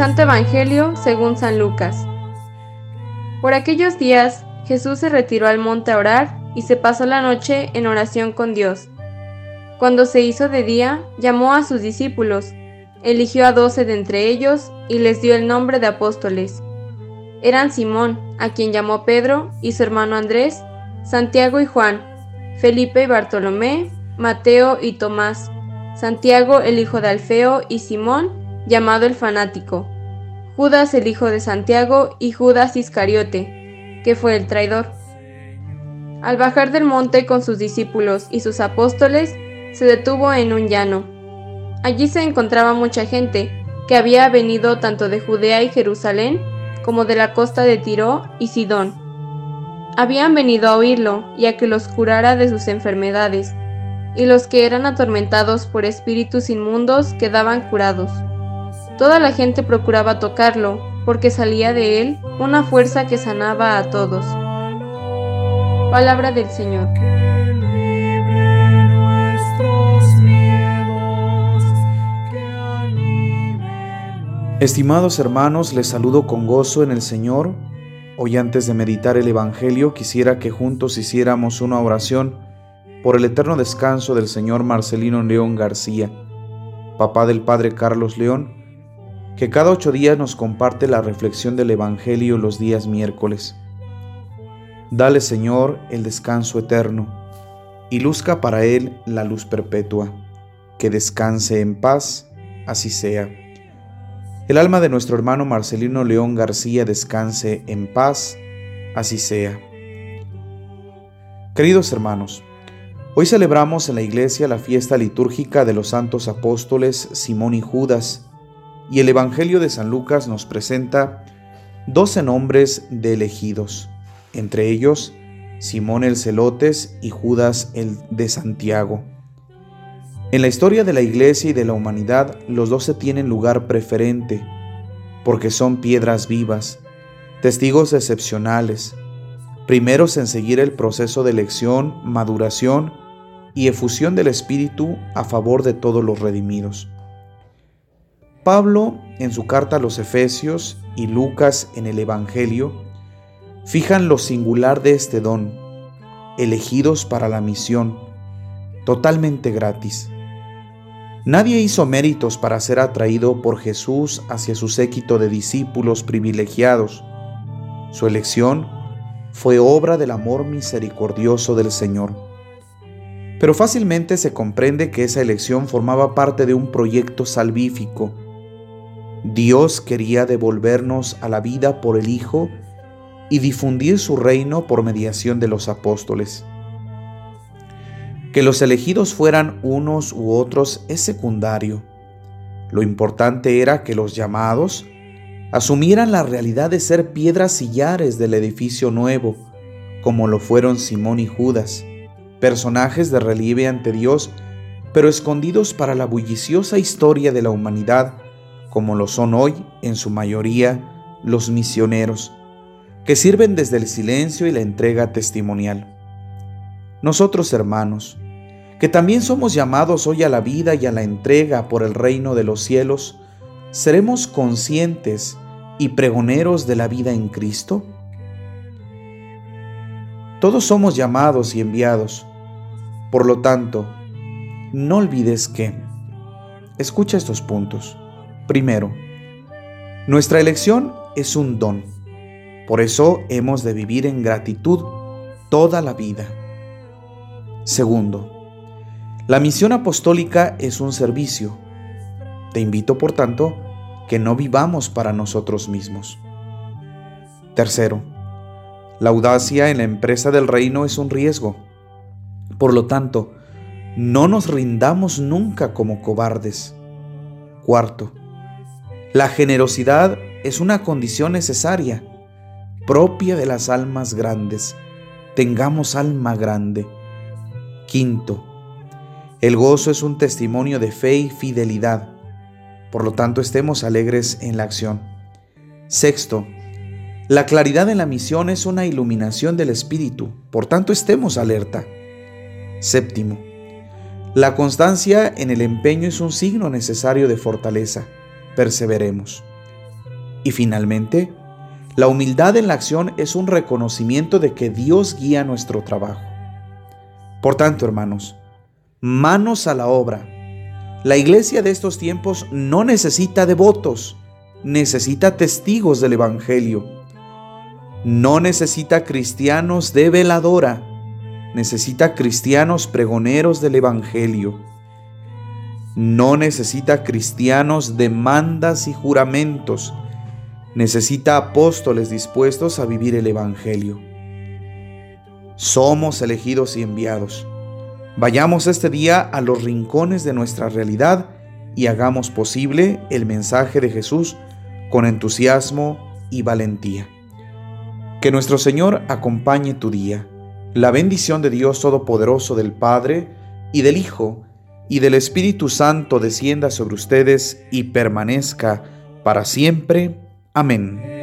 Santo Evangelio según San Lucas. Por aquellos días, Jesús se retiró al monte a orar y se pasó la noche en oración con Dios. Cuando se hizo de día, llamó a sus discípulos, eligió a 12 de entre ellos y les dio el nombre de apóstoles. Eran Simón, a quien llamó Pedro, y su hermano Andrés, Santiago y Juan, Felipe y Bartolomé, Mateo y Tomás, Santiago el hijo de Alfeo y Simón, llamado el fanático, Judas el hijo de Santiago y Judas Iscariote, que fue el traidor. Al bajar del monte con sus discípulos y sus apóstoles, se detuvo en un llano. Allí se encontraba mucha gente, que había venido tanto de Judea y Jerusalén, como de la costa de Tiro y Sidón. Habían venido a oírlo y a que los curara de sus enfermedades, y los que eran atormentados por espíritus inmundos quedaban curados. Toda la gente procuraba tocarlo, porque salía de él una fuerza que sanaba a todos. Palabra del Señor. Estimados hermanos, les saludo con gozo en el Señor. Hoy, antes de meditar el Evangelio, quisiera que juntos hiciéramos una oración por el eterno descanso del señor Marcelino León García, papá del Padre Carlos León, que cada 8 días nos comparte la reflexión del Evangelio los días miércoles. Dale, Señor, el descanso eterno, y luzca para él la luz perpetua. Que descanse en paz, así sea. El alma de nuestro hermano Marcelino León García descanse en paz, así sea. Queridos hermanos, hoy celebramos en la iglesia la fiesta litúrgica de los santos apóstoles Simón y Judas, y el Evangelio de San Lucas nos presenta 12 nombres de elegidos, entre ellos Simón el Celotes y Judas el de Santiago. En la historia de la iglesia y de la humanidad, los 12 tienen lugar preferente, porque son piedras vivas, testigos excepcionales, primeros en seguir el proceso de elección, maduración y efusión del Espíritu a favor de todos los redimidos. Pablo, en su carta a los Efesios, y Lucas en el Evangelio, fijan lo singular de este don, elegidos para la misión, totalmente gratis. Nadie hizo méritos para ser atraído por Jesús hacia su séquito de discípulos privilegiados. Su elección fue obra del amor misericordioso del Señor. Pero fácilmente se comprende que esa elección formaba parte de un proyecto salvífico. Dios quería devolvernos a la vida por el Hijo y difundir su reino por mediación de los apóstoles. Que los elegidos fueran unos u otros es secundario. Lo importante era que los llamados asumieran la realidad de ser piedras sillares del edificio nuevo, como lo fueron Simón y Judas, personajes de relieve ante Dios, pero escondidos para la bulliciosa historia de la humanidad, como lo son hoy, en su mayoría, los misioneros, que sirven desde el silencio y la entrega testimonial. Nosotros, hermanos, que también somos llamados hoy a la vida y a la entrega por el reino de los cielos, ¿seremos conscientes y pregoneros de la vida en Cristo? Todos somos llamados y enviados. Por lo tanto, no olvides que, escucha estos puntos. Primero, nuestra elección es un don. Por eso hemos de vivir en gratitud toda la vida. Segundo, la misión apostólica es un servicio. Te invito, por tanto, que no vivamos para nosotros mismos. Tercero, la audacia en la empresa del reino es un riesgo. Por lo tanto, no nos rindamos nunca como cobardes. Cuarto, la generosidad es una condición necesaria, propia de las almas grandes. Tengamos alma grande. Quinto, el gozo es un testimonio de fe y fidelidad. Por lo tanto, estemos alegres en la acción. Sexto, la claridad en la misión es una iluminación del Espíritu. Por tanto, estemos alerta. Séptimo, la constancia en el empeño es un signo necesario de fortaleza. Perseveremos. Y finalmente, la humildad en la acción es un reconocimiento de que Dios guía nuestro trabajo. Por tanto, hermanos, manos a la obra. La iglesia de estos tiempos no necesita devotos, necesita testigos del Evangelio. No necesita cristianos de veladora, necesita cristianos pregoneros del Evangelio. No necesita cristianos de mandas y juramentos, necesita apóstoles dispuestos a vivir el Evangelio. Somos elegidos y enviados. Vayamos este día a los rincones de nuestra realidad y hagamos posible el mensaje de Jesús con entusiasmo y valentía. Que nuestro Señor acompañe tu día. La bendición de Dios Todopoderoso, del Padre, y del Hijo, y del Espíritu Santo descienda sobre ustedes y permanezca para siempre. Amén.